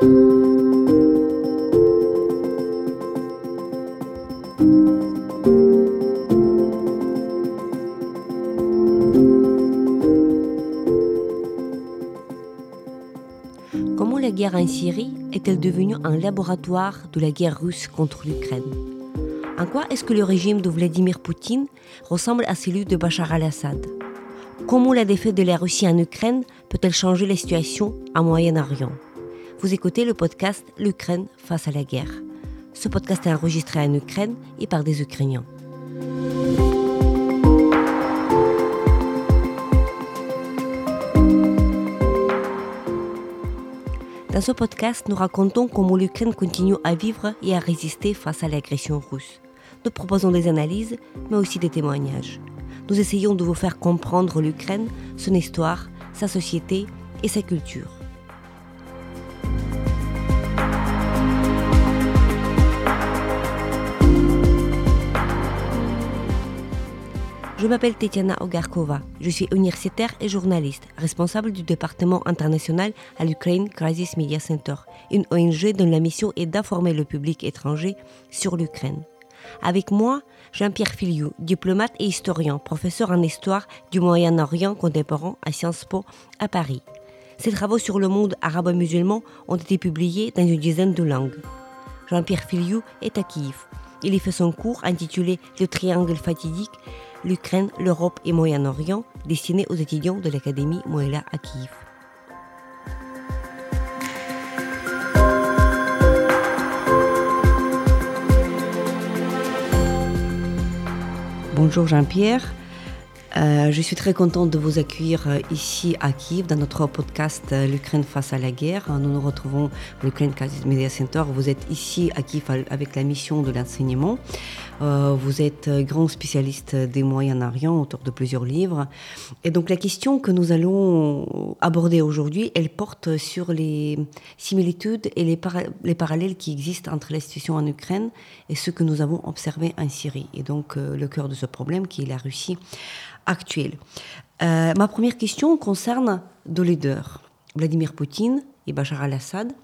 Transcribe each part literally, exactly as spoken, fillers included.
Comment la guerre en Syrie est-elle devenue un laboratoire de la guerre russe contre l'Ukraine ? En quoi est-ce que le régime de Vladimir Poutine ressemble à celui de Bachar al-Assad ? Comment la défaite de la Russie en Ukraine peut-elle changer la situation en Moyen-Orient ? Vous écoutez le podcast « L'Ukraine face à la guerre ». Ce podcast est enregistré en Ukraine et par des Ukrainiens. Dans ce podcast, nous racontons comment l'Ukraine continue à vivre et à résister face à l'agression russe. Nous proposons des analyses, mais aussi des témoignages. Nous essayons de vous faire comprendre l'Ukraine, son histoire, sa société et sa culture. Je m'appelle Tetiana Ogarkova, je suis universitaire et journaliste, responsable du département international à l'Ukraine Crisis Media Center, une O N G dont la mission est d'informer le public étranger sur l'Ukraine. Avec moi, Jean-Pierre Filiou, diplomate et historien, professeur en histoire du Moyen-Orient contemporain à Sciences Po à Paris. Ses travaux sur le monde arabo-musulman ont été publiés dans une dizaine de langues. Jean-Pierre Filiou est à Kiev. Il y fait son cours intitulé « Le triangle fatidique », l'Ukraine, l'Europe et Moyen-Orient, destiné aux étudiants de l'Académie Moëlla à Kiev. Bonjour Jean-Pierre, euh, je suis très contente de vous accueillir ici à Kiev dans notre podcast L'Ukraine face à la guerre. Nous nous retrouvons à l'Ukraine Crisis Media Center. Vous êtes ici à Kiev avec la mission de l'enseignement. Euh, vous êtes grand spécialiste des Moyen-Orient, auteur de plusieurs livres. Et donc la question que nous allons aborder aujourd'hui, elle porte sur les similitudes et les, para- les parallèles qui existent entre la situation en Ukraine et ce que nous avons observé en Syrie. Et donc euh, le cœur de ce problème qui est la Russie actuelle. Euh, ma première question concerne deux leaders, Vladimir Poutine et Bachar al-Assad.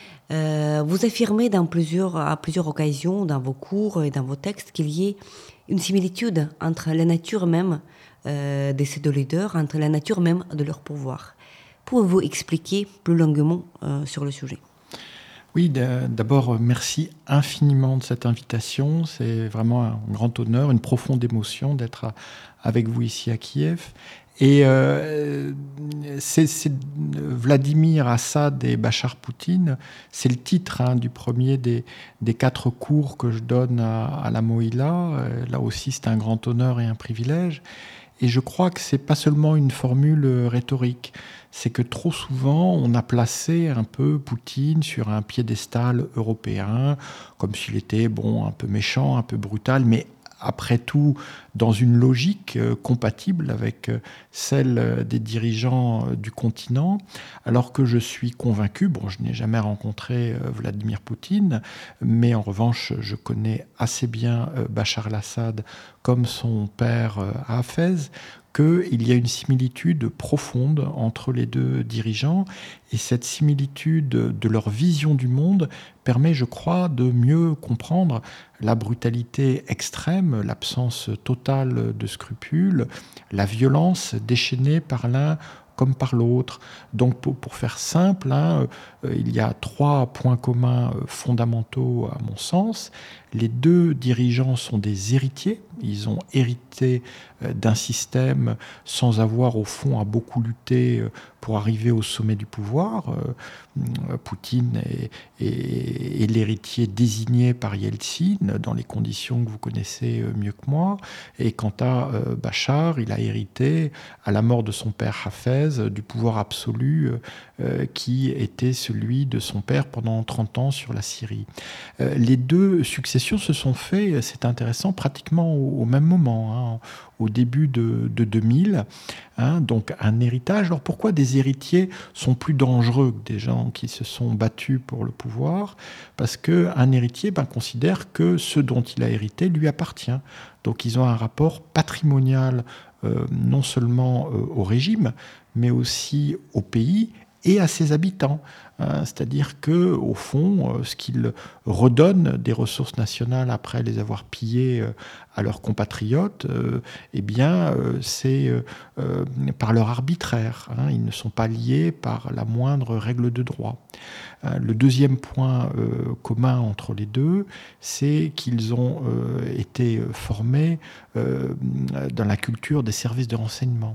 Euh, vous affirmez dans plusieurs, à plusieurs occasions, dans vos cours et dans vos textes, qu'il y ait une similitude entre la nature même euh, de ces deux leaders, entre la nature même de leur pouvoir. Pouvez-vous expliquer plus longuement euh, sur le sujet ? Oui, d'abord, merci infiniment de cette invitation. C'est vraiment un grand honneur, une profonde émotion d'être avec vous ici à Kiev. Et euh, c'est, c'est Vladimir Assad et Bachar Poutine, c'est le titre hein, du premier des, des quatre cours que je donne à, à la Moëlla. Là aussi, c'est un grand honneur et un privilège. Et je crois que c'est pas seulement une formule rhétorique, c'est que trop souvent on a placé un peu Poutine sur un piédestal européen, comme s'il était bon, un peu méchant, un peu brutal, mais après tout, dans une logique euh, compatible avec euh, celle euh, des dirigeants euh, du continent, alors que je suis convaincu, bon, je n'ai jamais rencontré euh, Vladimir Poutine, mais en revanche, je connais assez bien euh, Bachar al-Assad comme son père euh, Hafez, qu'il y a une similitude profonde entre les deux dirigeants, et cette similitude de leur vision du monde permet, je crois, de mieux comprendre la brutalité extrême, l'absence totale de scrupules, la violence déchaînée par l'un comme par l'autre. Donc pour, pour faire simple, hein, euh, il y a trois points communs euh, fondamentaux à mon sens. Les deux dirigeants sont des héritiers. Ils ont hérité euh, d'un système sans avoir au fond à beaucoup lutter euh, pour arriver au sommet du pouvoir. Euh, Poutine est, est, est l'héritier désigné par Yeltsin dans les conditions que vous connaissez mieux que moi. Et quant à euh, Bachar, il a hérité à la mort de son père Hafez du pouvoir absolu euh, qui était celui de son père pendant trente ans sur la Syrie. Euh, les deux successions se sont faites, c'est intéressant, pratiquement au, au même moment, hein, au début de, de deux mille. Hein, donc un héritage. Alors pourquoi des héritiers sont plus dangereux que des gens qui se sont battus pour le pouvoir ? Parce qu'un héritier ben, considère que ce dont il a hérité lui appartient. Donc ils ont un rapport patrimonial euh, non seulement euh, au régime, mais aussi au pays et à ses habitants. Hein, c'est-à-dire que, au fond, euh, ce qu'ils redonnent des ressources nationales après les avoir pillées euh, à leurs compatriotes, euh, eh bien, euh, c'est euh, euh, par leur arbitraire. Hein, ils ne sont pas liés par la moindre règle de droit. Euh, le deuxième point euh, commun entre les deux, c'est qu'ils ont euh, été formés euh, dans la culture des services de renseignement.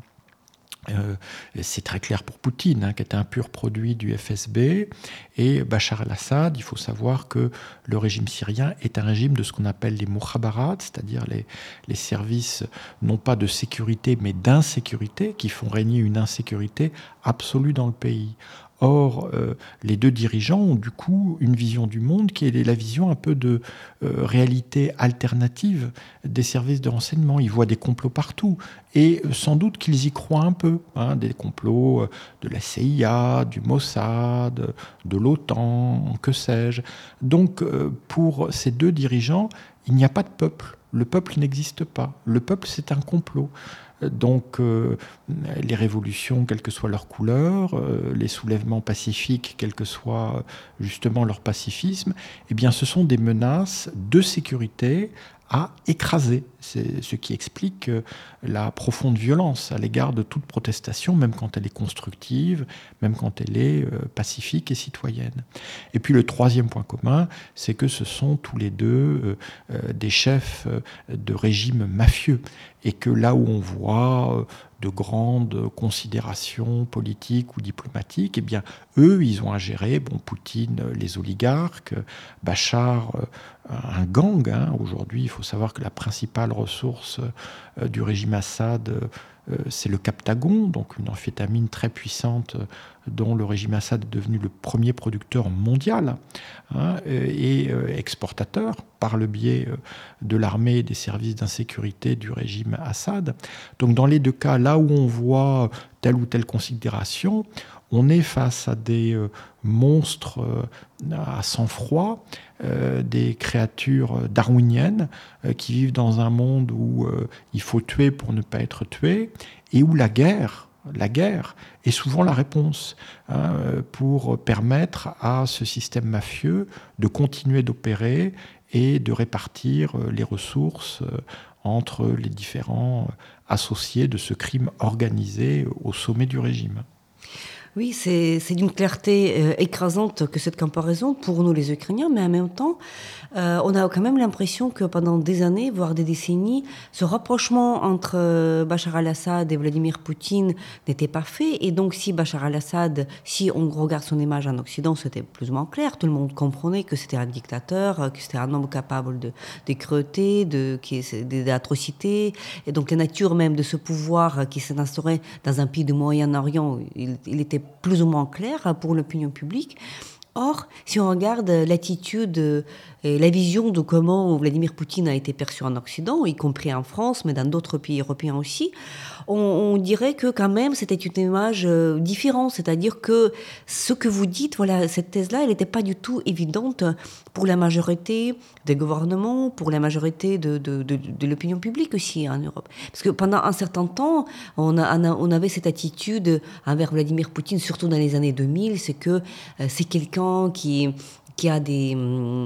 Euh, c'est très clair pour Poutine, hein, qui est un pur produit du F S B, et Bachar el-Assad, il faut savoir que le régime syrien est un régime de ce qu'on appelle les mukhabarat, c'est-à-dire les, les services non pas de sécurité mais d'insécurité, qui font régner une insécurité absolue dans le pays. Or, euh, les deux dirigeants ont du coup une vision du monde qui est la vision un peu de euh, réalité alternative des services de renseignement. Ils voient des complots partout et euh, sans doute qu'ils y croient un peu. Hein, des complots euh, de la C I A, du Mossad, de l'OTAN, que sais-je. Donc, euh, pour ces deux dirigeants, il n'y a pas de peuple. Le peuple n'existe pas. Le peuple, c'est un complot. Donc, euh, les révolutions, quelle que soit leur couleur, euh, les soulèvements pacifiques, quel que soit justement leur pacifisme, eh bien, ce sont des menaces de sécurité à écraser. C'est ce qui explique la profonde violence à l'égard de toute protestation, même quand elle est constructive, même quand elle est pacifique et citoyenne. Et puis le troisième point commun, c'est que ce sont tous les deux euh, des chefs de régimes mafieux, et que là où on voit de grandes considérations politiques ou diplomatiques, eh bien, eux, ils ont à gérer, bon, Poutine, les oligarques, Bachar, un gang. Hein. Aujourd'hui, il faut savoir que la principale ressource euh, du régime Assad, euh, c'est le Captagon, donc une amphétamine très puissante euh, dont le régime Assad est devenu le premier producteur mondial, hein, et euh, exportateur par le biais euh, de l'armée et des services d'insécurité du régime Assad. Donc dans les deux cas, là où on voit telle ou telle considération, on est face à des euh, monstres euh, à sang-froid, euh, des créatures darwiniennes euh, qui vivent dans un monde où euh, il faut tuer pour ne pas être tué, et où la guerre, la guerre est souvent la réponse, hein, pour permettre à ce système mafieux de continuer d'opérer et de répartir les ressources entre les différents associés de ce crime organisé au sommet du régime. Oui, c'est, c'est d'une clarté euh, écrasante que cette comparaison pour nous les Ukrainiens, mais en même temps, euh, on a quand même l'impression que pendant des années, voire des décennies, ce rapprochement entre euh, Bachar el-Assad et Vladimir Poutine n'était pas fait. Et donc, si Bachar el-Assad, si on regarde son image en Occident, c'était plus ou moins clair. Tout le monde comprenait que c'était un dictateur, que c'était un homme capable de, de cruauté, de, d'atrocités. Et donc, la nature même de ce pouvoir qui s'est instauré dans un pays du Moyen-Orient, il, il était plus ou moins clair pour l'opinion publique. Or, si on regarde l'attitude et la vision de comment Vladimir Poutine a été perçu en Occident, y compris en France, mais dans d'autres pays européens aussi, on, on dirait que quand même c'était une image différente. C'est-à-dire que ce que vous dites, voilà, cette thèse-là, elle n'était pas du tout évidente pour la majorité des gouvernements, pour la majorité de, de, de, de l'opinion publique aussi en Europe. Parce que pendant un certain temps, on, a, on avait cette attitude envers Vladimir Poutine, surtout dans les années deux mille, c'est que euh, c'est quelqu'un qui... qui a des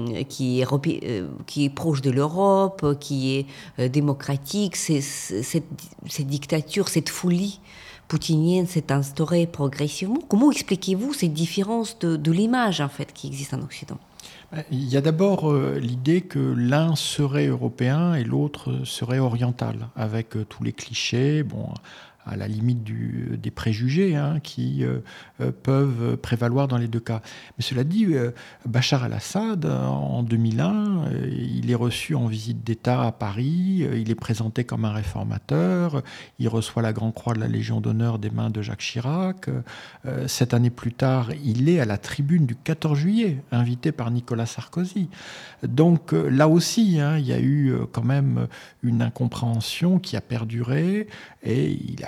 qui est qui est proche de l'Europe, qui est euh, démocratique, c'est, c'est, cette, cette dictature, cette folie poutinienne s'est instaurée progressivement. Comment expliquez-vous cette différence de, de l'image en fait qui existe en Occident ? Il y a d'abord euh, l'idée que l'un serait européen et l'autre serait oriental, avec euh, tous les clichés, bon, à la limite du, des préjugés, hein, qui euh, euh, peuvent prévaloir dans les deux cas. Mais cela dit, euh, Bachar el-Assad, en deux mille un, euh, il est reçu en visite d'État à Paris, euh, il est présenté comme un réformateur, il reçoit la Grande Croix de la Légion d'honneur des mains de Jacques Chirac. Euh, sept années plus tard, il est à la tribune du quatorze juillet, invité par Nicolas Sarkozy. Donc euh, là aussi, hein, il y a eu euh, quand même une incompréhension qui a perduré, et il a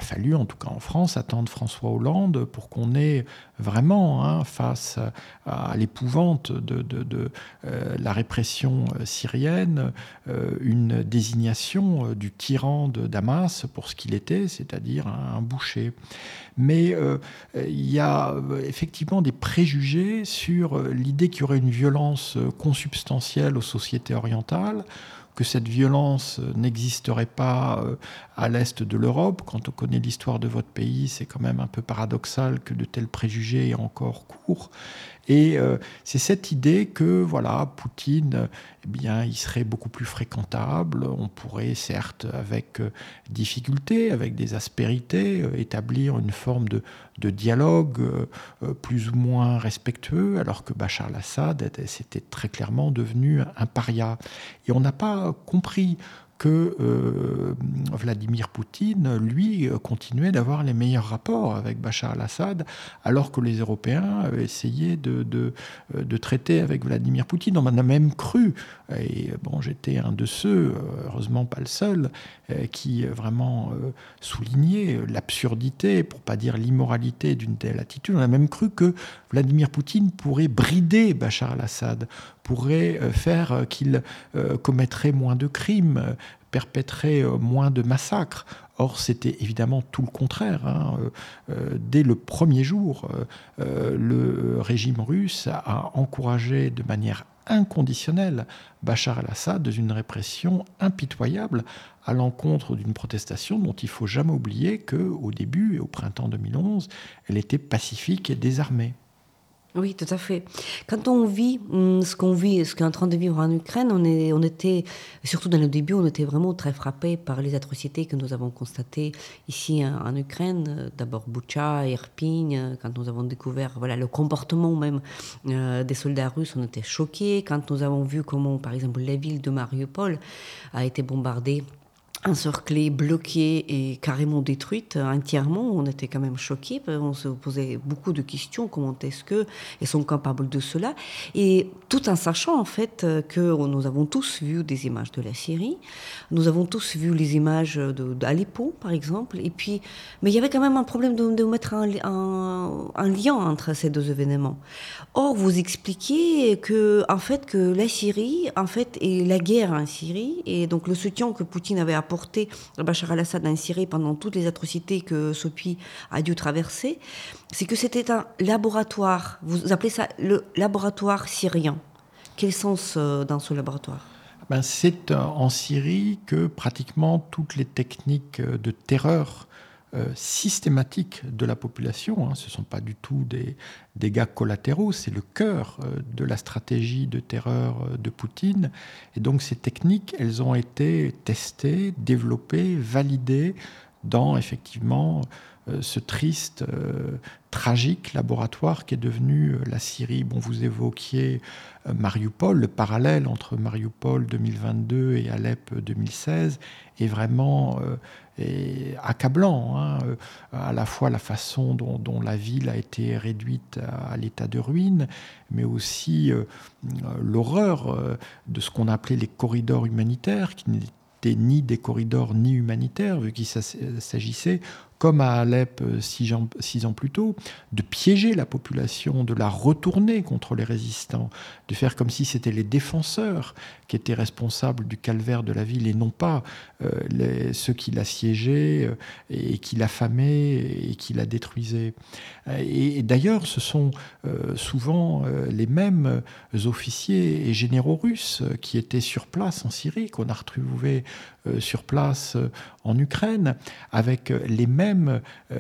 fallu, en tout cas en France, attendre François Hollande pour qu'on ait vraiment, hein, face à, à l'épouvante de, de, de euh, la répression syrienne, euh, une désignation euh, du tyran de Damas pour ce qu'il était, c'est-à-dire un, un boucher. Mais euh, il y a euh, effectivement des préjugés sur euh, l'idée qu'il y aurait une violence euh, consubstantielle aux sociétés orientales, que cette violence n'existerait pas à l'est de l'Europe. Quand on connaît l'histoire de votre pays, c'est quand même un peu paradoxal que de tels préjugés aient encore cours. Et euh, c'est cette idée que, voilà, Poutine, eh bien, il serait beaucoup plus fréquentable. On pourrait, certes, avec euh, difficulté, avec des aspérités, euh, établir une forme de, de dialogue euh, plus ou moins respectueux, alors que Bachar el-Assad, c'était très clairement devenu un paria. Et on n'a pas compris que euh, Vladimir Poutine, lui, continuait d'avoir les meilleurs rapports avec Bachar el-Assad, alors que les Européens avaient essayé de, de, de traiter avec Vladimir Poutine. On en a même cru, et bon, j'étais un de ceux, heureusement pas le seul, qui vraiment soulignait l'absurdité, pour pas dire l'immoralité d'une telle attitude. On a même cru que Vladimir Poutine pourrait brider Bachar el-Assad, pourrait faire qu'il commettrait moins de crimes, perpétrer moins de massacres. Or, c'était évidemment tout le contraire. Hein. Euh, dès le premier jour, euh, le régime russe a encouragé de manière inconditionnelle Bachar el-Assad dans une répression impitoyable à l'encontre d'une protestation dont il ne faut jamais oublier qu'au début, au printemps deux mille onze, elle était pacifique et désarmée. Oui, tout à fait. Quand on vit ce qu'on vit, ce qu'on est en train de vivre en Ukraine, on, est, on était, surtout dans le début, on était vraiment très frappés par les atrocités que nous avons constatées ici en, en Ukraine. D'abord Boutcha, Irpin, quand nous avons découvert voilà, le comportement même euh, des soldats russes, on était choqués. Quand nous avons vu comment, par exemple, la ville de Mariupol a été bombardée, encerclée, bloquée et carrément détruite entièrement, on était quand même choqués, on se posait beaucoup de questions, comment est-ce qu'ils sont capables de cela, et tout en sachant en fait que nous avons tous vu des images de la Syrie, nous avons tous vu les images d'Aleppo par exemple, et puis, mais il y avait quand même un problème de, de mettre un, un, un lien entre ces deux événements. Or, vous expliquez que, en fait, que la Syrie, en fait, et la guerre en Syrie, et donc le soutien que Poutine avait apporté porté Bachar el-Assad en Syrie pendant toutes les atrocités que ce pays a dû traverser, c'est que c'était un laboratoire. Vous appelez ça le laboratoire syrien. Quel sens euh, dans ce laboratoire ? Ben, c'est en Syrie que pratiquement toutes les techniques de terreur Euh, systématique de la population, hein, ce ne sont pas du tout des dégâts collatéraux, c'est le cœur euh, de la stratégie de terreur euh, de Poutine. Et donc ces techniques, elles ont été testées, développées, validées dans effectivement euh, ce triste, euh, tragique laboratoire qui est devenu euh, la Syrie. Bon, vous évoquiez euh, Mariupol, le parallèle entre Mariupol deux mille vingt-deux et Alep deux mille seize est vraiment euh, est accablant, hein, à la fois la façon dont, dont la ville a été réduite à, à l'état de ruine, mais aussi euh, l'horreur euh, de ce qu'on appelait les corridors humanitaires, qui n'étaient ni des corridors ni humanitaires, vu qu'il s'agissait, comme à Alep six ans, six ans plus tôt, de piéger la population, de la retourner contre les résistants, de faire comme si c'était les défenseurs qui étaient responsables du calvaire de la ville et non pas euh, les, ceux qui l'assiégeaient euh, et qui l'affamaient et qui la détruisaient. Et, et d'ailleurs, ce sont euh, souvent euh, les mêmes officiers et généraux russes qui étaient sur place en Syrie, qu'on a retrouvés euh, sur place euh, en Ukraine, avec les mêmes euh,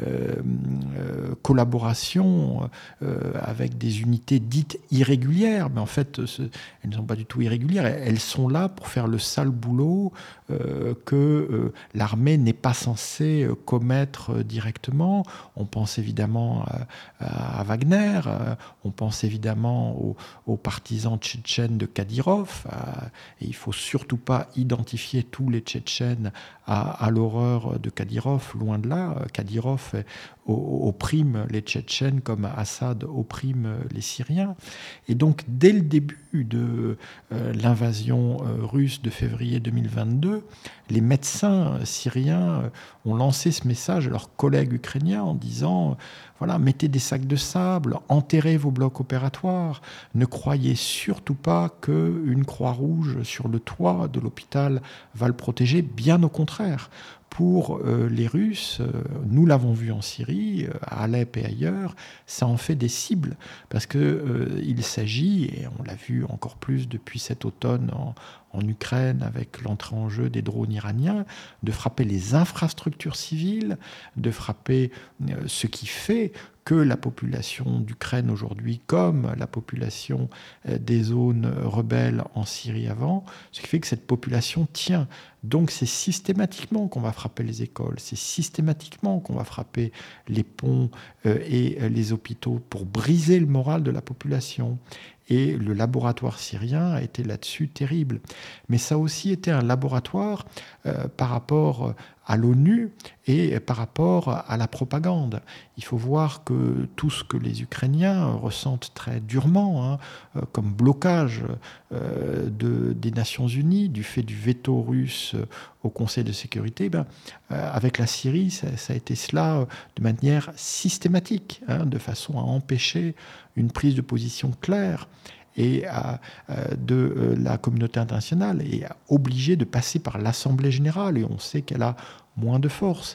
euh, collaborations euh, avec des unités dites irrégulières, mais en fait, ce, elles ne sont pas du tout irrégulières, elles sont là pour faire le sale boulot euh, que euh, l'armée n'est pas censée euh, commettre euh, directement. On pense évidemment à, à Wagner, euh, on pense évidemment aux, aux partisans tchétchènes de Kadyrov, euh, et il ne faut surtout pas identifier tous les Tchétchènes à, à l'horreur de Kadyrov, loin de là. Kadyrov opprime les Tchétchènes comme Assad opprime les Syriens. Et donc, dès le début de euh, l'invasion euh, russe de février deux mille vingt-deux, les médecins syriens ont lancé ce message à leurs collègues ukrainiens en disant « Voilà, mettez des sacs de sable, enterrez vos blocs opératoires, ne croyez surtout pas qu'une croix rouge sur le toit de l'hôpital va le protéger, bien au contraire. » Pour euh, les Russes, euh, nous l'avons vu en Syrie, euh, à Alep et ailleurs, ça en fait des cibles, parce qu'il euh, s'agit, et on l'a vu encore plus depuis cet automne en, en Ukraine avec l'entrée en jeu des drones iraniens, de frapper les infrastructures civiles, de frapper euh, ce qui fait que la population d'Ukraine aujourd'hui, comme la population des zones rebelles en Syrie avant, ce qui fait que cette population tient. Donc c'est systématiquement qu'on va frapper les écoles, c'est systématiquement qu'on va frapper les ponts et les hôpitaux pour briser le moral de la population. Et le laboratoire syrien a été là-dessus terrible. Mais ça a aussi été un laboratoire euh, par rapport à l'ONU et par rapport à la propagande. Il faut voir que tout ce que les Ukrainiens ressentent très durement, hein, comme blocage euh, de, des Nations Unies, du fait du veto russe au Conseil de sécurité, ben, euh, avec la Syrie, ça, ça a été cela de manière systématique, hein, de façon à empêcher une prise de position claire et à, euh, de euh, la communauté internationale et obligée de passer par l'Assemblée générale, et on sait qu'elle a moins de force.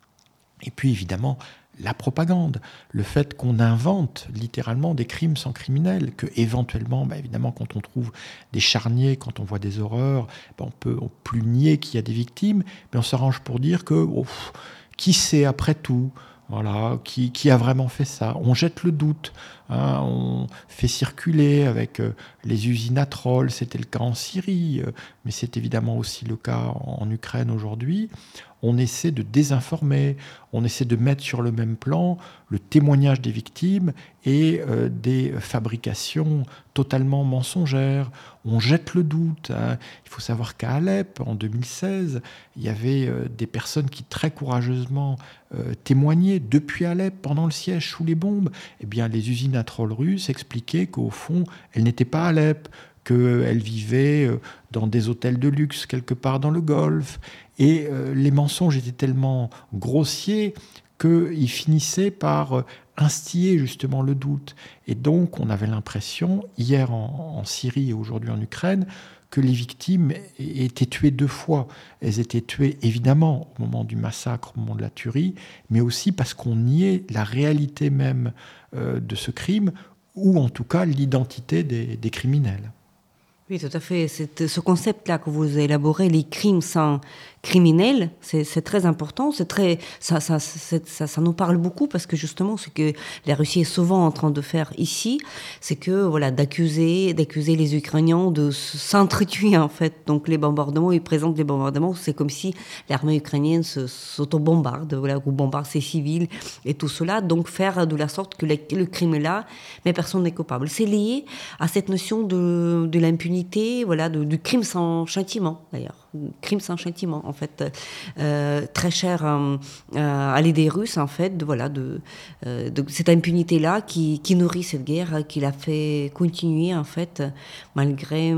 Et puis évidemment, la propagande, le fait qu'on invente littéralement des crimes sans criminels, que éventuellement, bah évidemment, quand on trouve des charniers, quand on voit des horreurs, bah on peut on plus nier qu'il y a des victimes, mais on s'arrange pour dire que oh, qui sait après tout, voilà, qui, qui a vraiment fait ça. On jette le doute, hein, on fait circuler avec euh, les usines à trolls, c'était le cas en Syrie, euh, mais c'est évidemment aussi le cas en, en Ukraine aujourd'hui. On essaie de désinformer, on essaie de mettre sur le même plan le témoignage des victimes et euh, des fabrications totalement mensongères. On jette le doute, hein. Il faut savoir qu'à Alep, en deux mille seize, il y avait euh, des personnes qui très courageusement euh, témoignaient depuis Alep, pendant le siège, sous les bombes. Eh bien, les usines à trolls russes expliquaient qu'au fond, elles n'étaient pas à Alep, qu'elles vivaient dans des hôtels de luxe quelque part dans le Golfe. Et euh, les mensonges étaient tellement grossiers qu'ils finissaient par instiller justement le doute. Et donc, on avait l'impression, hier en, en Syrie et aujourd'hui en Ukraine, que les victimes étaient tuées deux fois. Elles étaient tuées évidemment au moment du massacre, au moment de la tuerie, mais aussi parce qu'on niait la réalité même euh, de ce crime, ou en tout cas l'identité des, des criminels. Oui, tout à fait. C'est, ce concept-là que vous élaborez, les crimes sans criminels, c'est, c'est très important. C'est très, ça, ça, c'est, ça, ça nous parle beaucoup parce que justement, ce que la Russie est souvent en train de faire ici, c'est que voilà, d'accuser, d'accuser les Ukrainiens de s'entretuer en fait. Donc les bombardements, ils présentent les bombardements, c'est comme si l'armée ukrainienne se, s'auto-bombarde, voilà, ou bombarde ses civils et tout cela. Donc faire de la sorte que le, le crime est là, mais personne n'est coupable. C'est lié à cette notion de, de l'impunité. Voilà, de, du crime sans châtiment, d'ailleurs. Crime sans châtiment, en fait. Euh, très cher euh, à l'idée russe, en fait, de, voilà, de, euh, de cette impunité-là qui, qui nourrit cette guerre, qui l'a fait continuer, en fait, malgré,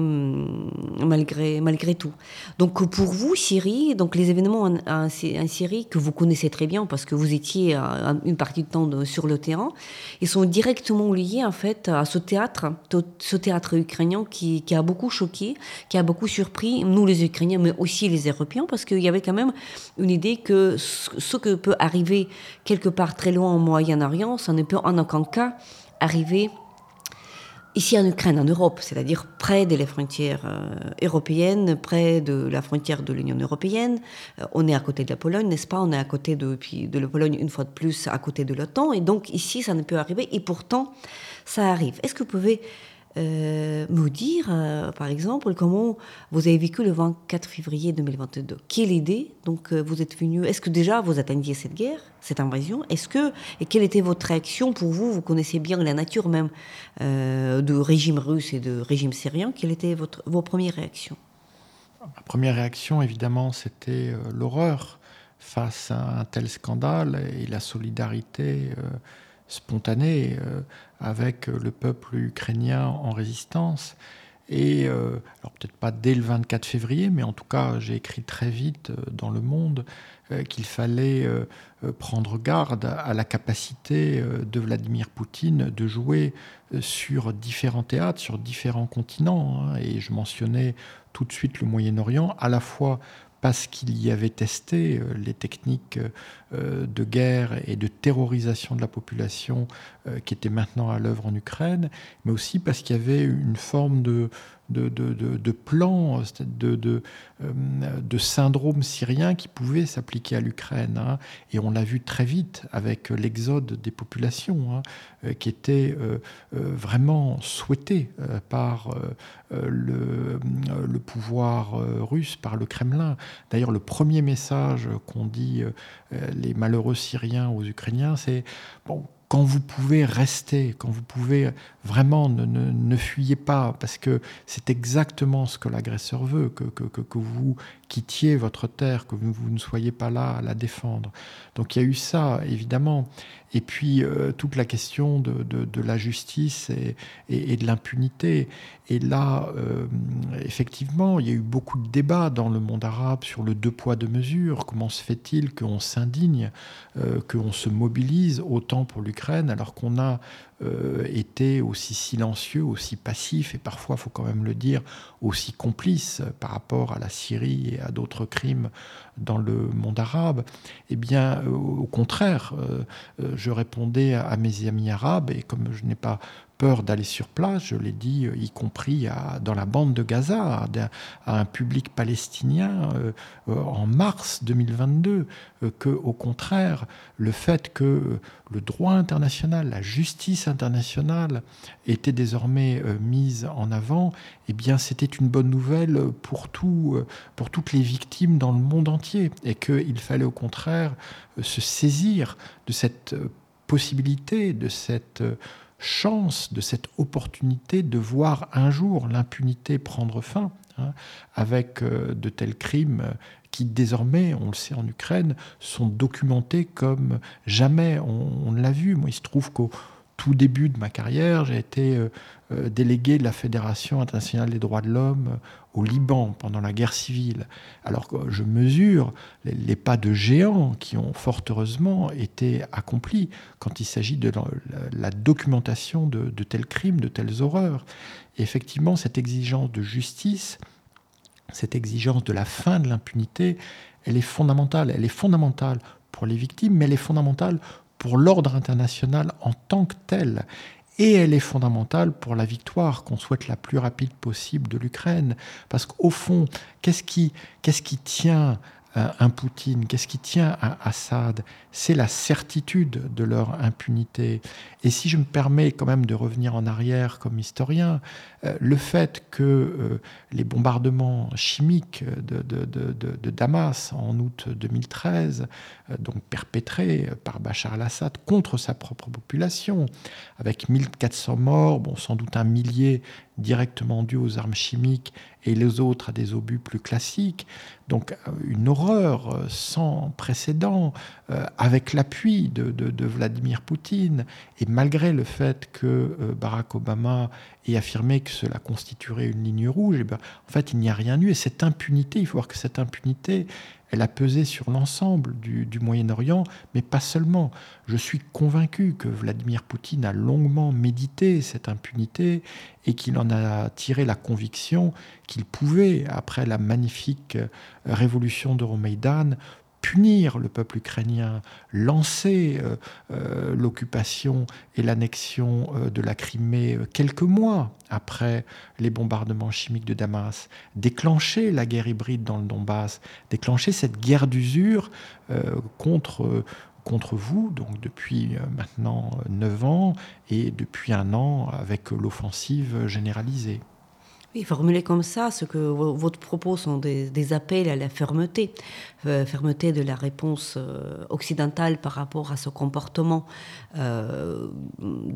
malgré, malgré tout. Donc, pour vous, Syrie, donc les événements en, en, en Syrie, que vous connaissez très bien, parce que vous étiez euh, une partie du temps de, sur le terrain, ils sont directement liés, en fait, à ce théâtre, ce théâtre ukrainien qui, qui a beaucoup choqué, qui a beaucoup surpris nous les Ukrainiens, mais aussi les Européens, parce qu'il y avait quand même une idée que ce que peut arriver quelque part très loin au Moyen-Orient, ça ne peut en aucun cas arriver ici en Ukraine, en Europe, c'est-à-dire près des frontières euh, européennes, près de la frontière de l'Union européenne. Euh, on est à côté de la Pologne, n'est-ce pas ? On est à côté de, puis de la Pologne, une fois de plus, à côté de l'OTAN. Et donc ici, ça ne peut arriver, et pourtant, ça arrive. Est-ce que vous pouvez Euh, me dire, euh, par exemple, comment vous avez vécu le vingt-quatre février deux mille vingt-deux. Quelle idée, donc, euh, vous êtes venu, est-ce que déjà vous attendiez cette guerre, cette invasion ? Est-ce que, et quelle était votre réaction pour vous ? Vous connaissez bien la nature même euh, du régime russe et du régime syrien. Quelle était votre, vos premières réactions ? Ma première réaction, évidemment, c'était euh, l'horreur face à un tel scandale et la solidarité euh, spontanée euh, avec le peuple ukrainien en résistance. Et, euh, alors peut-être pas dès le vingt-quatre février, mais en tout cas, j'ai écrit très vite euh, dans Le Monde euh, qu'il fallait euh, euh, prendre garde à la capacité euh, de Vladimir Poutine de jouer euh, sur différents théâtres, sur différents continents. Hein, et je mentionnais tout de suite le Moyen-Orient, à la fois parce qu'il y avait testé euh, les techniques euh, de guerre et de terrorisation de la population euh, qui étaient maintenant à l'œuvre en Ukraine, mais aussi parce qu'il y avait une forme de, de, de, de, de plan, de, de, euh, de syndrome syrien qui pouvait s'appliquer à l'Ukraine. Hein. Et on l'a vu très vite avec l'exode des populations, hein, euh, qui était euh, euh, vraiment souhaité euh, par euh, le, euh, le pouvoir euh, russe, par le Kremlin. D'ailleurs, le premier message qu'ont dit euh, les malheureux Syriens aux Ukrainiens, c'est bon, quand vous pouvez rester, quand vous pouvez vraiment ne, ne, ne fuyez pas, parce que c'est exactement ce que l'agresseur veut, que, que, que, que vous quittiez votre terre, que vous, vous ne soyez pas là à la défendre. Donc il y a eu ça, évidemment. Et puis euh, toute la question de, de, de la justice et, et, et de l'impunité. Et là, euh, effectivement, il y a eu beaucoup de débats dans le monde arabe sur le deux poids, deux mesures. Comment se fait-il qu'on s'indigne, euh, qu'on se mobilise autant pour l'Ukraine, alors qu'on a euh, été aussi silencieux, aussi passif, et parfois, il faut quand même le dire, aussi complice par rapport à la Syrie et à d'autres crimes dans le monde arabe. Eh bien, euh, au contraire, euh, euh, je répondais à, à mes amis arabes, et comme je n'ai pas peur d'aller sur place, je l'ai dit, y compris à, dans la bande de Gaza, à, à un public palestinien euh, euh, en mars deux mille vingt-deux, euh, que, au contraire, le fait que euh, le droit international, la justice internationale était désormais euh, mise en avant, eh bien, c'était une bonne nouvelle pour, tout, euh, pour toutes les victimes dans le monde entier, et qu'il fallait au contraire euh, se saisir de cette euh, possibilité, de cette euh, chance, de cette opportunité de voir un jour l'impunité prendre fin, hein, avec euh, de tels crimes qui désormais, on le sait en Ukraine, sont documentés comme jamais on, on l'a vu. Moi, il se trouve qu'au tout début de ma carrière, j'ai été euh, euh, délégué de la Fédération internationale des droits de l'homme euh, au Liban pendant la guerre civile. Alors que je mesure les, les pas de géants qui ont fort heureusement été accomplis quand il s'agit de la, la documentation de, de tels crimes, de telles horreurs. Et effectivement, cette exigence de justice, cette exigence de la fin de l'impunité, elle est fondamentale. Elle est fondamentale pour les victimes, mais elle est fondamentale pour l'ordre international en tant que tel. Et elle est fondamentale pour la victoire qu'on souhaite la plus rapide possible de l'Ukraine. Parce qu'au fond, qu'est-ce qui, qu'est-ce qui tient un Poutine, qu'est-ce qui tient à Assad? C'est la certitude de leur impunité. Et si je me permets quand même de revenir en arrière comme historien, euh, le fait que euh, les bombardements chimiques de, de, de, de, de Damas en août deux mille treize, euh, donc perpétrés par Bachar el-Assad contre sa propre population, avec mille quatre cents morts, bon, sans doute un millier directement dus aux armes chimiques et les autres à des obus plus classiques. Donc une horreur sans précédent, euh, avec l'appui de, de, de Vladimir Poutine, et malgré le fait que euh, Barack Obama ait affirmé que cela constituerait une ligne rouge, et bien, en fait il n'y a rien eu. Et cette impunité, il faut voir que cette impunité, elle a pesé sur l'ensemble du, du Moyen-Orient, mais pas seulement. Je suis convaincu que Vladimir Poutine a longuement médité cette impunité et qu'il en a tiré la conviction qu'il pouvait, après la magnifique révolution d'Euromaïdan, punir le peuple ukrainien, lancer euh, euh, l'occupation et l'annexion euh, de la Crimée euh, quelques mois après les bombardements chimiques de Damas, déclencher la guerre hybride dans le Donbass, déclencher cette guerre d'usure euh, contre... Euh, contre vous, donc depuis maintenant neuf ans, et depuis un an avec l'offensive généralisée. Oui, formulé comme ça, ce que votre propos sont des, des appels à la fermeté, euh, fermeté de la réponse euh, occidentale par rapport à ce comportement euh,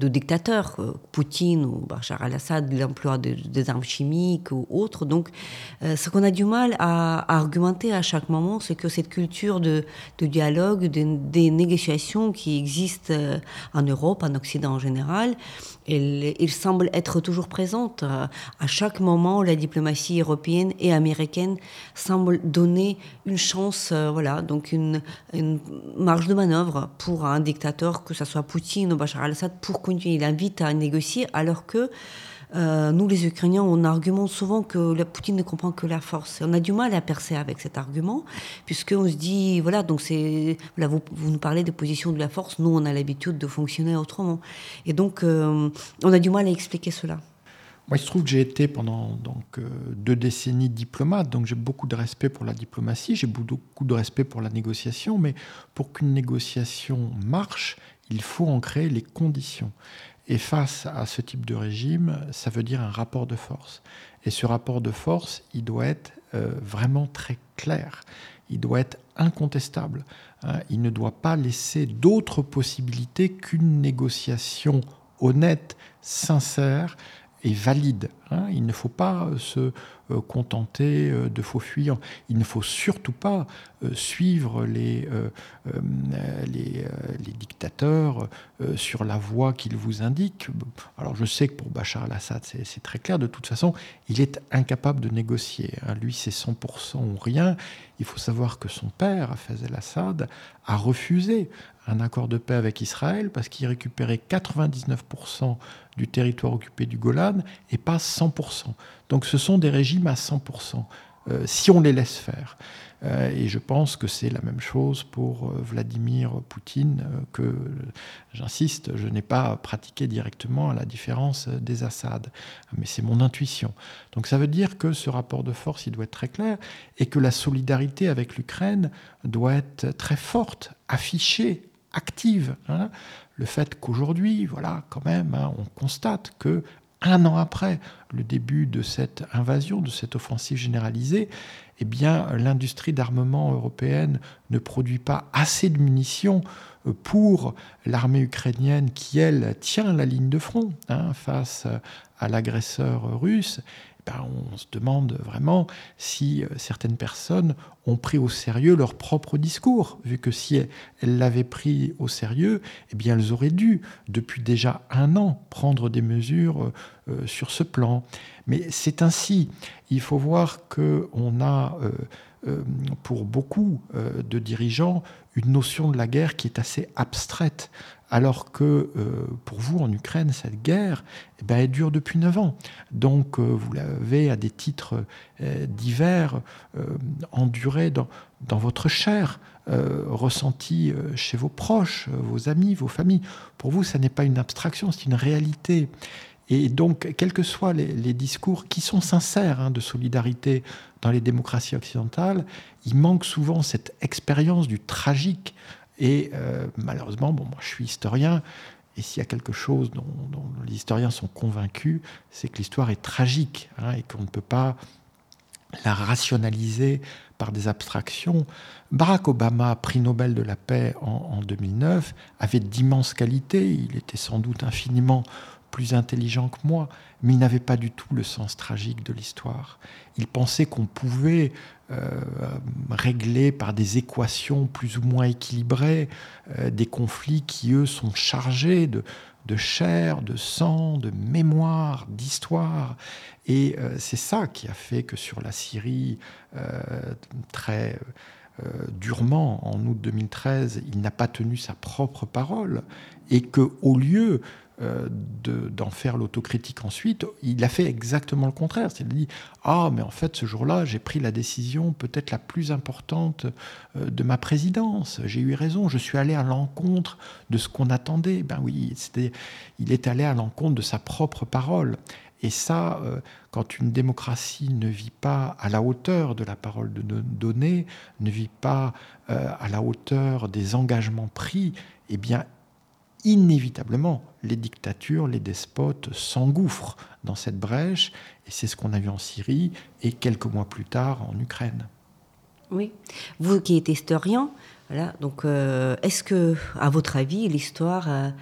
de dictateurs, Poutine ou Bachar al-Assad, l'emploi de, des armes chimiques ou autres. Donc, euh, ce qu'on a du mal à, à argumenter à chaque moment, c'est que cette culture de, de dialogue, de, des négociations qui existent en Europe, en Occident en général, elle, elle semble être toujours présente. À chaque moment, la diplomatie européenne et américaine semble donner une chance, euh, voilà, donc une, une marge de manœuvre pour un dictateur, que ce soit Poutine ou Bachar al-Assad, pour continuer. Il invite à négocier, alors que euh, nous, les Ukrainiens, on argumente souvent que la Poutine ne comprend que la force. On a du mal à percer avec cet argument, puisqu'on se dit, voilà, donc c'est, voilà, vous, vous nous parlez des positions de la force, nous, on a l'habitude de fonctionner autrement. Et donc, euh, on a du mal à expliquer cela. Moi, il se trouve que j'ai été pendant donc, euh, deux décennies diplomate, donc j'ai beaucoup de respect pour la diplomatie, j'ai beaucoup de respect pour la négociation, mais pour qu'une négociation marche, il faut en créer les conditions. Et face à ce type de régime, ça veut dire un rapport de force. Et ce rapport de force, il doit être euh, vraiment très clair. Il doit être incontestable. Hein. Il ne doit pas laisser d'autres possibilités qu'une négociation honnête, sincère et valide. Hein. Il ne faut pas se euh, contenter euh, de faux fuyants. Il ne faut surtout pas euh, suivre les, euh, euh, les, euh, les dictateurs euh, sur la voie qu'ils vous indiquent. Alors je sais que pour Bachar al-Assad, c'est, c'est très clair. De toute façon, il est incapable de négocier. Hein. Lui, c'est cent pour cent ou rien. Il faut savoir que son père, Hafez el-Assad, a refusé un accord de paix avec Israël parce qu'il récupérait quatre-vingt-dix-neuf pour cent du territoire occupé du Golan et pas cent pour cent. Donc ce sont des régimes à cent pour cent, euh, si on les laisse faire. Euh, et je pense que c'est la même chose pour euh, Vladimir Poutine, euh, que, j'insiste, je n'ai pas pratiqué directement à la différence des Assad, mais c'est mon intuition. Donc ça veut dire que ce rapport de force, il doit être très clair, et que la solidarité avec l'Ukraine doit être très forte, affichée, active. Hein. Le fait qu'aujourd'hui, voilà, quand même, hein, on constate que un an après le début de cette invasion, de cette offensive généralisée, eh bien, l'industrie d'armement européenne ne produit pas assez de munitions pour l'armée ukrainienne qui, elle, tient la ligne de front hein, face à l'agresseur russe. Ben, on se demande vraiment si certaines personnes ont pris au sérieux leur propre discours, vu que si elles l'avaient pris au sérieux, eh bien elles auraient dû, depuis déjà un an, prendre des mesures euh, sur ce plan. Mais c'est ainsi. Il faut voir qu'on a, euh, euh, pour beaucoup euh, de dirigeants, une notion de la guerre qui est assez abstraite. Alors que euh, pour vous, en Ukraine, cette guerre, eh ben, elle dure depuis neuf ans. Donc, euh, vous l'avez à des titres euh, divers euh, enduré dans, dans votre chair, euh, ressenti euh, chez vos proches, euh, vos amis, vos familles. Pour vous, ça n'est pas une abstraction, c'est une réalité. Et donc, quels que soient les, les discours qui sont sincères hein, de solidarité dans les démocraties occidentales, il manque souvent cette expérience du tragique. Et euh, malheureusement, bon, moi je suis historien, et s'il y a quelque chose dont, dont les historiens sont convaincus, c'est que l'histoire est tragique, hein, et qu'on ne peut pas la rationaliser par des abstractions. Barack Obama, prix Nobel de la paix en, en deux mille neuf, avait d'immenses qualités, il était sans doute infiniment plus intelligent que moi, mais il n'avait pas du tout le sens tragique de l'histoire. Il pensait qu'on pouvait euh, régler par des équations plus ou moins équilibrées euh, des conflits qui, eux, sont chargés de, de chair, de sang, de mémoire, d'histoire. Et euh, c'est ça qui a fait que sur la Syrie, euh, très euh, durement, en août deux mille treize, il n'a pas tenu sa propre parole et qu'au lieu De, d'en faire l'autocritique ensuite, il a fait exactement le contraire. C'est-à-dire, il dit « Ah, mais en fait, ce jour-là, j'ai pris la décision peut-être la plus importante de ma présidence. J'ai eu raison, je suis allé à l'encontre de ce qu'on attendait. » Ben oui, c'était, il est allé à l'encontre de sa propre parole. Et ça, euh, quand une démocratie ne vit pas à la hauteur de la parole de donnée, ne vit pas euh, à la hauteur des engagements pris, eh bien, inévitablement, les dictatures, les despotes s'engouffrent dans cette brèche, et c'est ce qu'on a vu en Syrie et quelques mois plus tard en Ukraine. Oui, vous qui êtes historien, voilà, donc euh, est-ce que, à votre avis, l'histoire euh,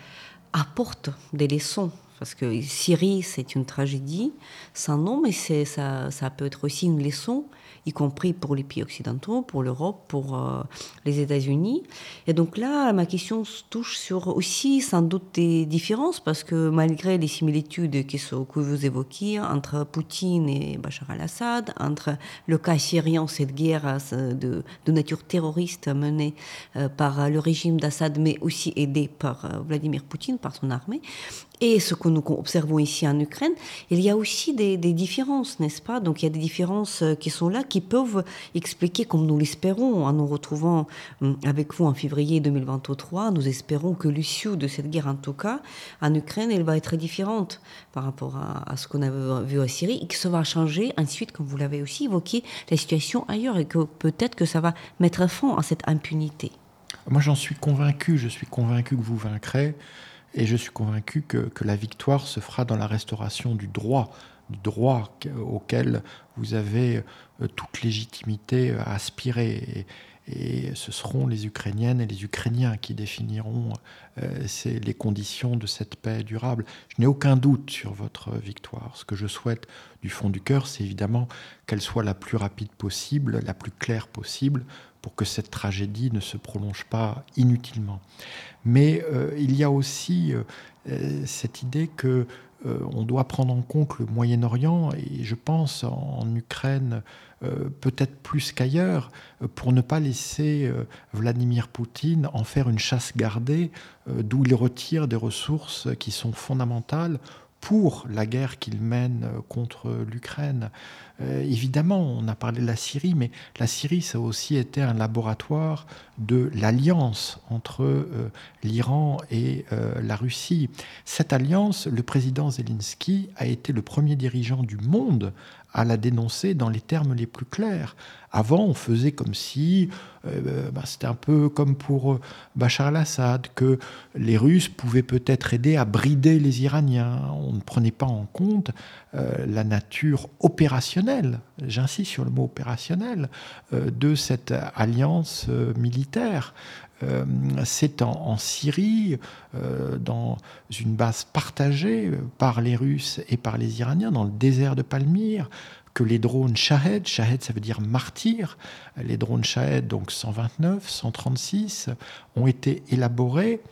apporte des leçons. Parce que Syrie, c'est une tragédie sans nom, mais c'est, ça, ça peut être aussi une leçon, y compris pour les pays occidentaux, pour l'Europe, pour euh, les États-Unis. Et donc là, ma question touche sur aussi sans doute des différences, parce que malgré les similitudes qui sont, que vous évoquiez entre Poutine et Bachar al-Assad, entre le cas syrien, cette guerre de, de nature terroriste menée euh, par le régime d'Assad, mais aussi aidée par euh, Vladimir Poutine, par son armée, et ce que nous observons ici en Ukraine, il y a aussi des, des différences, n'est-ce pas? Donc il y a des différences qui sont là, qui peuvent expliquer, comme nous l'espérons, en nous retrouvant avec vous en février deux mille vingt-trois, nous espérons que l'issue de cette guerre, en tout cas, en Ukraine, elle va être différente par rapport à, à ce qu'on a vu en Syrie, et que ça va changer ensuite, comme vous l'avez aussi évoqué, la situation ailleurs, et que peut-être que ça va mettre fin à cette impunité. Moi, j'en suis convaincu, je suis convaincu que vous vaincrez. Et je suis convaincu que, que la victoire se fera dans la restauration du droit, du droit auquel vous avez toute légitimité à aspirer. Et, et ce seront les Ukrainiennes et les Ukrainiens qui définiront euh, ces, les conditions de cette paix durable. Je n'ai aucun doute sur votre victoire. Ce que je souhaite du fond du cœur, c'est évidemment qu'elle soit la plus rapide possible, la plus claire possible, pour que cette tragédie ne se prolonge pas inutilement. Mais euh, il y a aussi euh, cette idée que euh, on doit prendre en compte le Moyen-Orient, et je pense en, en Ukraine euh, peut-être plus qu'ailleurs, euh, pour ne pas laisser euh, Vladimir Poutine en faire une chasse gardée, euh, d'où il retire des ressources qui sont fondamentales pour la guerre qu'il mène contre l'Ukraine. Euh, évidemment, on a parlé de la Syrie, mais la Syrie, ça a aussi été un laboratoire de l'alliance entre euh, l'Iran et euh, la Russie. Cette alliance, le président Zelensky a été le premier dirigeant du monde à la dénoncer dans les termes les plus clairs. Avant, on faisait comme si, euh, bah, c'était un peu comme pour euh, Bachar al-Assad, que les Russes pouvaient peut-être aider à brider les Iraniens. On ne prenait pas en compte euh, la nature opérationnelle, j'insiste sur le mot opérationnel, euh, de cette alliance euh, militaire. Euh, c'est en, en Syrie, euh, dans une base partagée par les Russes et par les Iraniens, dans le désert de Palmyre, que les drones Shahed, Shahed ça veut dire martyr, les drones Shahed, donc cent vingt-neuf, cent trente-six, ont été élaborés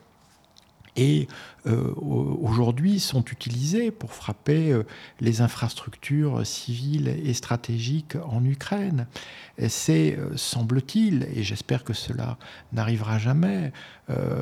et euh, aujourd'hui sont utilisés pour frapper euh, les infrastructures civiles et stratégiques en Ukraine. Et c'est, euh, semble-t-il, et j'espère que cela n'arrivera jamais, euh,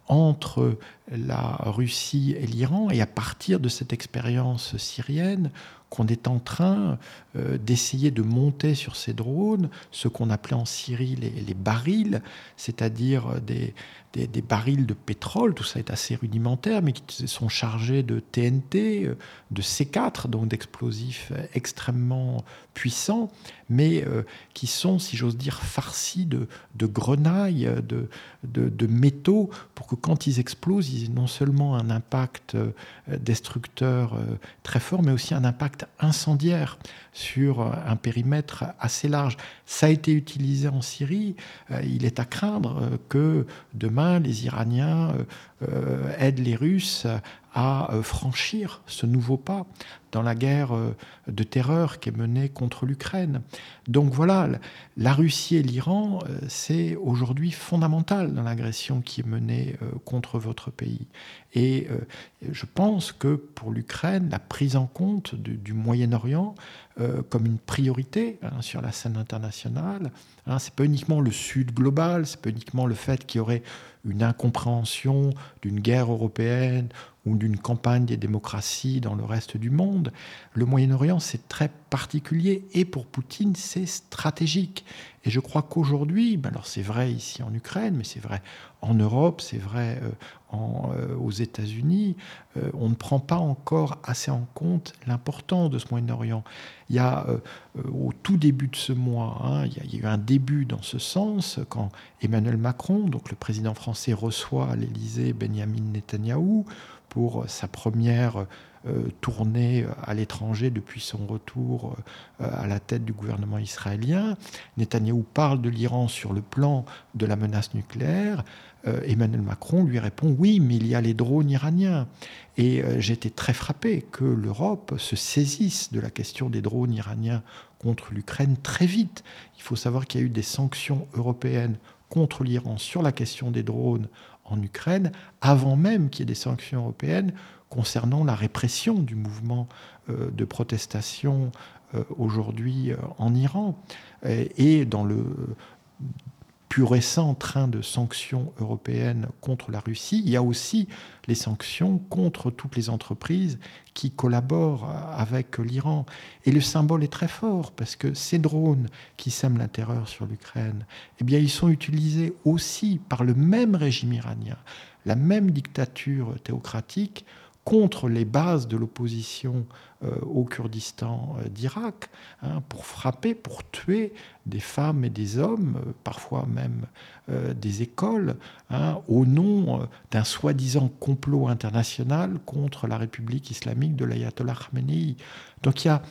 entre la Russie et l'Iran, et à partir de cette expérience syrienne, qu'on est en train euh, d'essayer de monter sur ces drones ce qu'on appelait en Syrie les, les barils, c'est-à-dire des, des, des barils de pétrole, tout ça est assez rudimentaire, mais qui sont chargés de T N T, de C quatre, donc d'explosifs extrêmement puissants, mais euh, qui sont, si j'ose dire, farcis de, de grenailles, de, de, de métaux, pour que quand ils explosent, ils aient non seulement un impact euh, destructeur euh, très fort, mais aussi un impact incendiaire sur un périmètre assez large. Ça a été utilisé en Syrie. Euh, il est à craindre euh, que demain, les Iraniens euh, euh, aident les Russes à euh, franchir ce nouveau pas dans la guerre euh, de terreur qui est menée contre l'Ukraine. Donc voilà, la Russie et l'Iran, euh, c'est aujourd'hui fondamental dans l'agression qui est menée euh, contre votre pays. Et euh, je pense que pour l'Ukraine, la prise en compte du, du Moyen-Orient euh, comme une priorité hein, sur la scène internationale, hein, c'est pas uniquement le Sud global, c'est pas uniquement le fait qu'il y aurait une incompréhension d'une guerre européenne ou d'une campagne des démocraties dans le reste du monde. Le Moyen-Orient, c'est très particulier et pour Poutine, c'est stratégique. Et je crois qu'aujourd'hui, ben alors c'est vrai ici en Ukraine, mais c'est vrai en Europe, c'est vrai euh, en, euh, aux États-Unis, euh, on ne prend pas encore assez en compte l'importance de ce Moyen-Orient. Il y a, euh, au tout début de ce mois, hein, il y a, il y a eu un début dans ce sens, quand Emmanuel Macron, donc le président français, reçoit à l'Élysée Benyamin Netanyahou, pour sa première euh, tournée à l'étranger depuis son retour euh, à la tête du gouvernement israélien. Netanyahou parle de l'Iran sur le plan de la menace nucléaire. Euh, Emmanuel Macron lui répond « Oui, mais il y a les drones iraniens ». Et euh, j'ai été très frappé que l'Europe se saisisse de la question des drones iraniens contre l'Ukraine très vite. Il faut savoir qu'il y a eu des sanctions européennes contre l'Iran sur la question des drones en Ukraine, avant même qu'il y ait des sanctions européennes concernant la répression du mouvement euh, de protestation euh, aujourd'hui euh, en Iran. Et, et dans le plus récent train de sanctions européennes contre la Russie, il y a aussi les sanctions contre toutes les entreprises qui collaborent avec l'Iran. Et le symbole est très fort, parce que ces drones qui sèment la terreur sur l'Ukraine, eh bien, ils sont utilisés aussi par le même régime iranien, la même dictature théocratique, contre les bases de l'opposition euh, au Kurdistan euh, d'Irak, hein, pour frapper, pour tuer des femmes et des hommes, euh, parfois même euh, des écoles, hein, au nom euh, d'un soi-disant complot international contre la République islamique de l'ayatollah Khamenei. Donc il y a,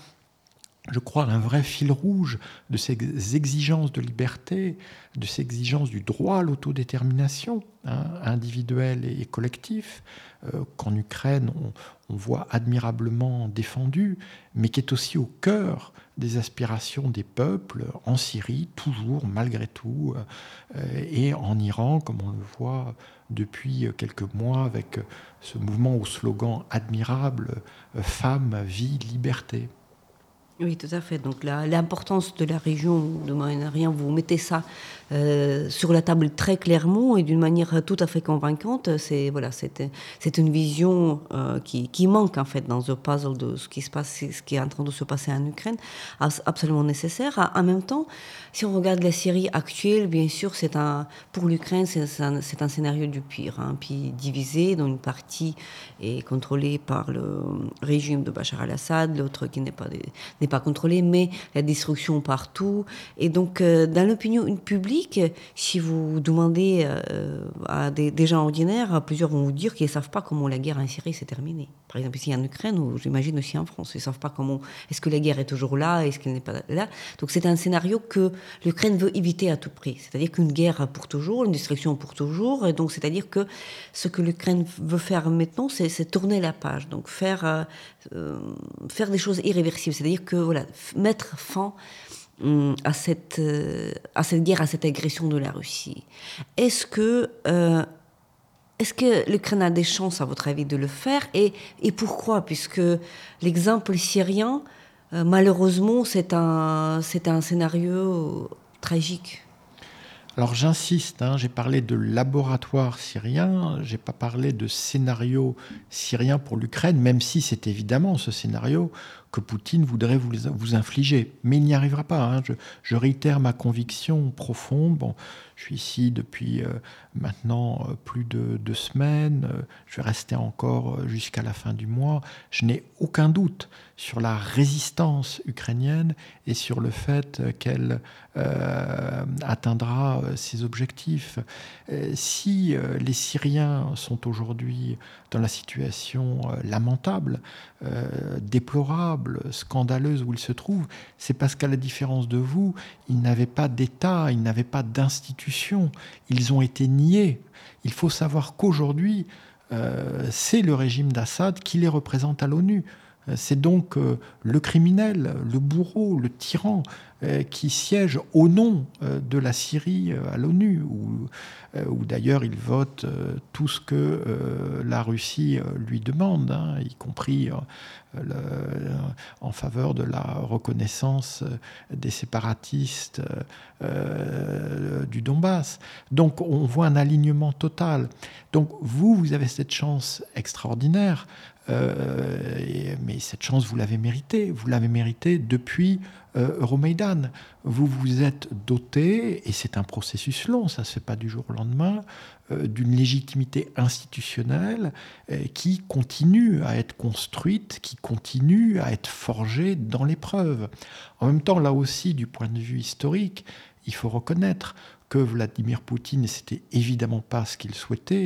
je crois, un vrai fil rouge de ces exigences de liberté, de ces exigences du droit à l'autodétermination, hein, individuelle et collectif, euh, qu'en Ukraine on, on voit admirablement défendu, mais qui est aussi au cœur des aspirations des peuples en Syrie, toujours, malgré tout, euh, et en Iran, comme on le voit depuis quelques mois avec ce mouvement au slogan admirable euh, « Femmes, vie, liberté ». Oui, tout à fait. Donc la, l'importance de la région de Moyen-Orient, vous mettez ça euh, sur la table très clairement et d'une manière tout à fait convaincante. C'est voilà, c'est, c'est une vision euh, qui, qui manque en fait dans le puzzle de ce qui se passe, ce qui est en train de se passer en Ukraine, absolument nécessaire. En même temps, si on regarde la Syrie actuelle, bien sûr, c'est un pour l'Ukraine, c'est un, c'est un scénario du pire, un pays divisé, dont une partie est contrôlée par le régime de Bachar al-Assad, l'autre qui n'est pas n'est pas contrôlée, mais la destruction partout. Et donc, euh, dans l'opinion publique, si vous demandez euh, à des, des gens ordinaires, plusieurs vont vous dire qu'ils ne savent pas comment la guerre en Syrie s'est terminée. Par exemple, ici en Ukraine, ou j'imagine aussi en France, ils ne savent pas comment. Est-ce que la guerre est toujours là? Est-ce qu'elle n'est pas là? Donc, c'est un scénario que l'Ukraine veut éviter à tout prix. C'est-à-dire qu'une guerre pour toujours, une destruction pour toujours. Et donc, c'est-à-dire que ce que l'Ukraine veut faire maintenant, c'est, c'est tourner la page. Donc, faire, euh, euh, faire des choses irréversibles. C'est-à-dire que, voilà, mettre fin euh, à, cette, euh, à cette guerre, à cette agression de la Russie. Est-ce que, euh, est-ce que l'Ukraine a des chances, à votre avis, de le faire? Et, et pourquoi? Puisque l'exemple syrien, euh, malheureusement, c'est un, c'est un scénario tragique. Alors j'insiste, hein, j'ai parlé de laboratoire syrien, j'ai pas parlé de scénario syrien pour l'Ukraine, même si c'est évidemment ce scénario que Poutine voudrait vous, vous infliger. Mais il n'y arrivera pas. Hein. Je, je réitère ma conviction profonde. Bon, je suis ici depuis euh, maintenant euh, plus de deux semaines. Euh, je vais rester encore euh, jusqu'à la fin du mois. Je n'ai aucun doute sur la résistance ukrainienne et sur le fait euh, qu'elle euh, atteindra euh, ses objectifs. Euh, si euh, les Syriens sont aujourd'hui dans la situation euh, lamentable, euh, déplorable, scandaleuse où ils se trouvent, c'est parce qu'à la différence de vous, ils n'avaient pas d'État, ils n'avaient pas d'institution, ils ont été niés. Il faut savoir qu'aujourd'hui, euh, c'est le régime d'Assad qui les représente à l'ONU. C'est donc euh, le criminel, le bourreau, le tyran euh, qui siège au nom euh, de la Syrie euh, à l'ONU, où, euh, où d'ailleurs il vote euh, tout ce que euh, la Russie euh, lui demande, hein, y compris euh, le, en faveur de la reconnaissance des séparatistes euh, du Donbass. Donc on voit un alignement total. Donc vous, vous avez cette chance extraordinaire. Euh, et, mais cette chance, vous l'avez méritée. Vous l'avez méritée depuis euh, Euromaidan. Vous vous êtes doté, et c'est un processus long, ça ne se fait pas du jour au lendemain, euh, d'une légitimité institutionnelle euh, qui continue à être construite, qui continue à être forgée dans l'épreuve. En même temps, là aussi, du point de vue historique, il faut reconnaître que Vladimir Poutine, et c'était évidemment pas ce qu'il souhaitait,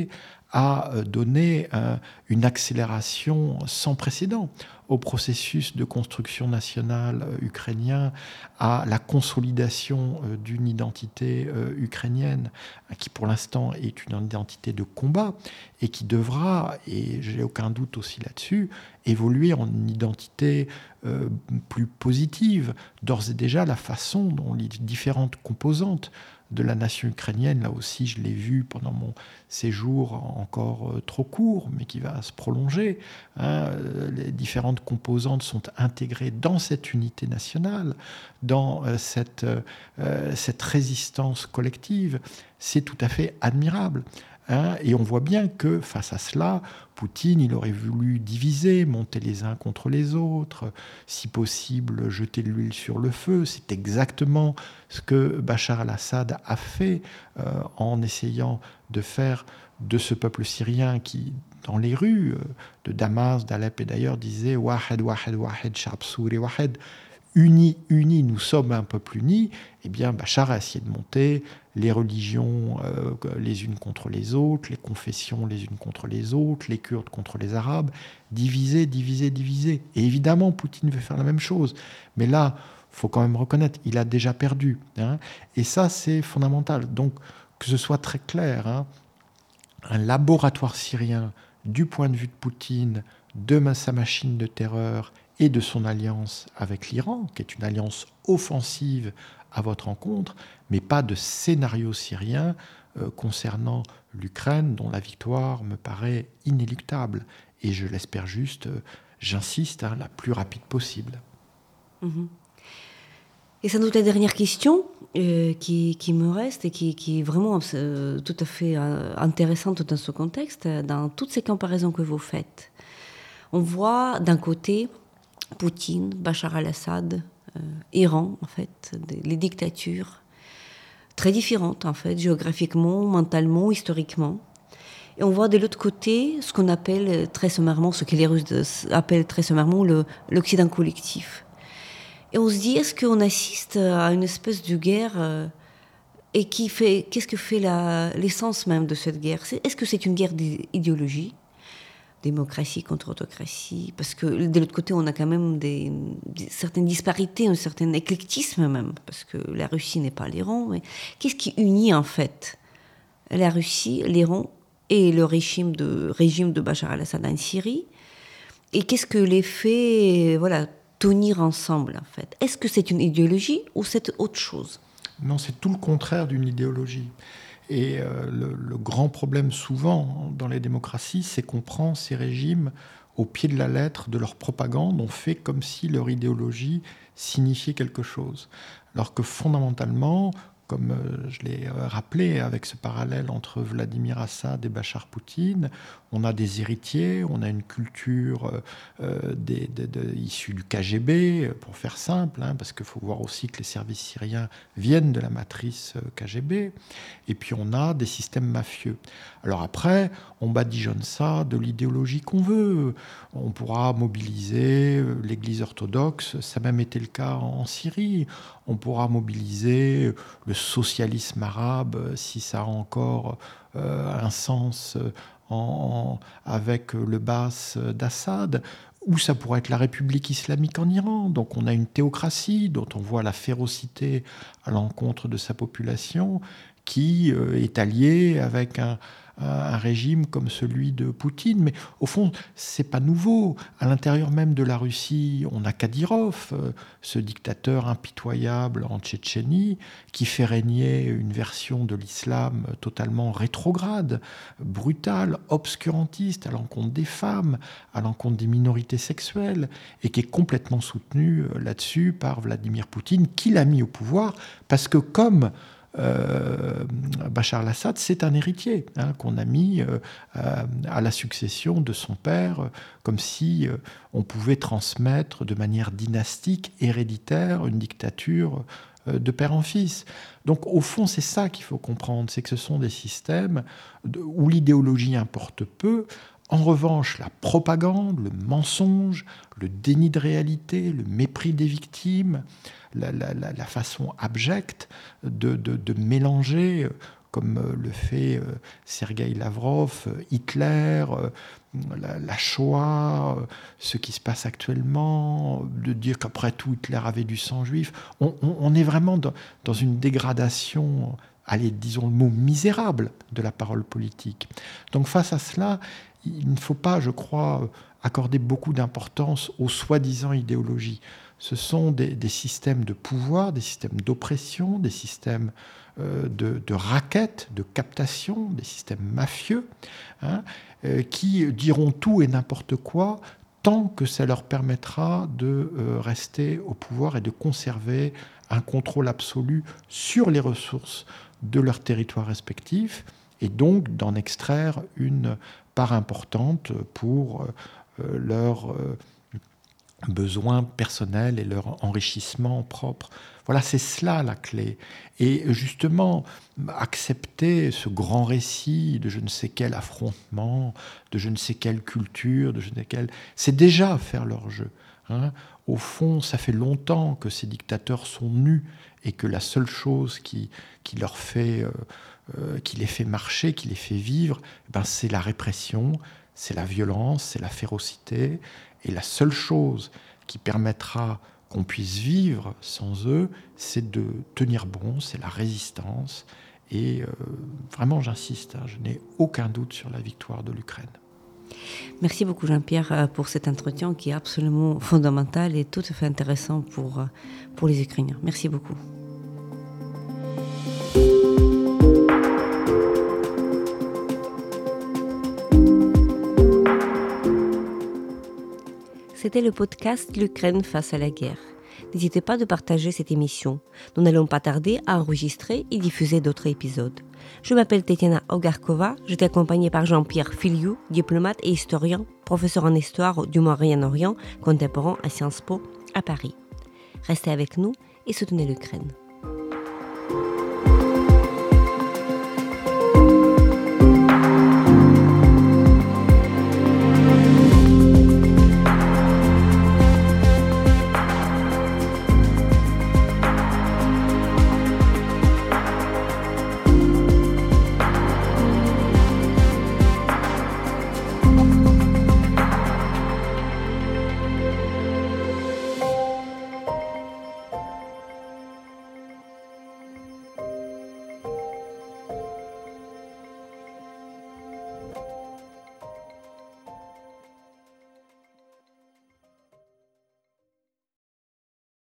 a donné euh, une accélération sans précédent au processus de construction nationale euh, ukrainien, à la consolidation euh, d'une identité euh, ukrainienne qui pour l'instant est une identité de combat et qui devra, et j'ai aucun doute aussi là-dessus, évoluer en une identité euh, plus positive. D'ores et déjà, la façon dont les différentes composantes de la nation ukrainienne, là aussi je l'ai vu pendant mon séjour encore euh, trop court, mais qui va se prolonger, hein, les différentes composantes sont intégrées dans cette unité nationale, dans euh, cette, euh, cette résistance collective. C'est tout à fait admirable. Hein, et on voit bien que face à cela, Poutine, il aurait voulu diviser, monter les uns contre les autres, si possible jeter de l'huile sur le feu. C'est exactement ce que Bachar al-Assad a fait euh, en essayant de faire de ce peuple syrien qui, dans les rues euh, de Damas, d'Alep et d'ailleurs, disait « Wahed, Wahed, Wahed, Sha'b Souri, Wahed » unis, unis, nous sommes un peuple uni, eh bien Bachar a essayé de monter les religions euh, les unes contre les autres, les confessions les unes contre les autres, les Kurdes contre les Arabes, diviser, diviser, diviser. Et évidemment, Poutine veut faire la même chose. Mais là, il faut quand même reconnaître, il a déjà perdu. Hein, et ça, c'est fondamental. Donc, que ce soit très clair, hein, un laboratoire syrien, du point de vue de Poutine, de sa machine de terreur et de son alliance avec l'Iran, qui est une alliance offensive à votre encontre, mais pas de scénario syrien euh, concernant l'Ukraine, dont la victoire me paraît inéluctable. Et je l'espère juste, euh, j'insiste, hein, la plus rapide possible. Mmh. Et sans doute la dernière question euh, qui, qui me reste et qui, qui est vraiment euh, tout à fait euh, intéressante dans ce contexte, dans toutes ces comparaisons que vous faites. On voit d'un côté Poutine, Bachar al-Assad, euh, Iran, en fait, des, les dictatures très différentes, en fait, géographiquement, mentalement, historiquement. Et on voit de l'autre côté ce qu'on appelle très sommairement, ce que les Russes appellent très sommairement le, l'Occident collectif. Et on se dit, est-ce qu'on assiste à une espèce de guerre euh, et qui fait, qu'est-ce que fait la, l'essence même de cette guerre? C'est, est-ce que c'est une guerre d'idéologie? Démocratie contre autocratie, parce que de l'autre côté, on a quand même des, des, certaines disparités, un certain éclectisme même, parce que la Russie n'est pas l'Iran. Mais qu'est-ce qui unit en fait la Russie, l'Iran et le régime de, régime de Bachar al-Assad en Syrie? Et qu'est-ce que les fait voilà, tenir ensemble en fait? Est-ce que c'est une idéologie ou c'est autre chose? Non, c'est tout le contraire d'une idéologie. Et euh, le, le grand problème souvent dans les démocraties, c'est qu'on prend ces régimes au pied de la lettre de leur propagande, on fait comme si leur idéologie signifiait quelque chose. Alors que fondamentalement, comme euh, je l'ai euh, rappelé avec ce parallèle entre Vladimir Assad et Bachar Poutine, on a des héritiers, on a une culture euh, des, des, des, issue du K G B, pour faire simple, hein, parce qu'il faut voir aussi que les services syriens viennent de la matrice K G B, et puis on a des systèmes mafieux. Alors après, on badigeonne ça de l'idéologie qu'on veut. On pourra mobiliser l'Église orthodoxe, ça a même été le cas en Syrie. On pourra mobiliser le socialisme arabe, si ça a encore euh, un sens en, en, avec le Baas d'Assad, ou ça pourrait être la République islamique en Iran. Donc on a une théocratie dont on voit la férocité à l'encontre de sa population, qui euh, est alliée avec un, un régime comme celui de Poutine. Mais au fond, c'est pas nouveau. À l'intérieur même de la Russie, on a Kadyrov, euh, ce dictateur impitoyable en Tchétchénie, qui fait régner une version de l'islam totalement rétrograde, brutale, obscurantiste, à l'encontre des femmes, à l'encontre des minorités sexuelles, et qui est complètement soutenu euh, là-dessus par Vladimir Poutine, qui l'a mis au pouvoir, parce que comme Euh, Bachar al-Assad, c'est un héritier hein, qu'on a mis euh, à la succession de son père, euh, comme si euh, on pouvait transmettre de manière dynastique, héréditaire, une dictature euh, de père en fils. Donc au fond, c'est ça qu'il faut comprendre, c'est que ce sont des systèmes de, où l'idéologie importe peu. En revanche, la propagande, le mensonge, le déni de réalité, le mépris des victimes, la, la, la, la façon abjecte de, de, de mélanger comme euh, le fait euh, Sergueï Lavrov, euh, Hitler, euh, la, la Shoah, euh, ce qui se passe actuellement, de dire qu'après tout Hitler avait du sang juif. On, on, on est vraiment dans, dans une dégradation, allez, disons le mot misérable de la parole politique. Donc face à cela, il ne faut pas, je crois, accorder beaucoup d'importance aux soi-disant idéologies. Ce sont des, des systèmes de pouvoir, des systèmes d'oppression, des systèmes euh, de, de raquettes, de captation, des systèmes mafieux, hein, euh, qui diront tout et n'importe quoi tant que ça leur permettra de euh, rester au pouvoir et de conserver un contrôle absolu sur les ressources de leur territoire respectif et donc d'en extraire une part importante pour euh, leurs euh, besoins personnels et leur enrichissement propre. Voilà, c'est cela la clé. Et justement, accepter ce grand récit de je ne sais quel affrontement, de je ne sais quelle culture, de je ne sais quel... c'est déjà faire leur jeu. Hein. Au fond, ça fait longtemps que ces dictateurs sont nus et que la seule chose qui, qui leur fait... Euh, euh, qui les fait marcher, qui les fait vivre, ben, c'est la répression, c'est la violence, c'est la férocité. Et la seule chose qui permettra qu'on puisse vivre sans eux, c'est de tenir bon, c'est la résistance. Et euh, vraiment, j'insiste, hein, je n'ai aucun doute sur la victoire de l'Ukraine. Merci beaucoup Jean-Pierre pour cet entretien qui est absolument fondamental et tout à fait intéressant pour, pour les Ukrainiens. Merci beaucoup. C'était le podcast L'Ukraine face à la guerre. N'hésitez pas de partager cette émission. Nous n'allons pas tarder à enregistrer et diffuser d'autres épisodes. Je m'appelle Tetiana Ogarkova, j'étais accompagnée par Jean-Pierre Filiou, diplomate et historien, professeur en histoire du Moyen-Orient contemporain à Sciences Po à Paris. Restez avec nous et soutenez l'Ukraine.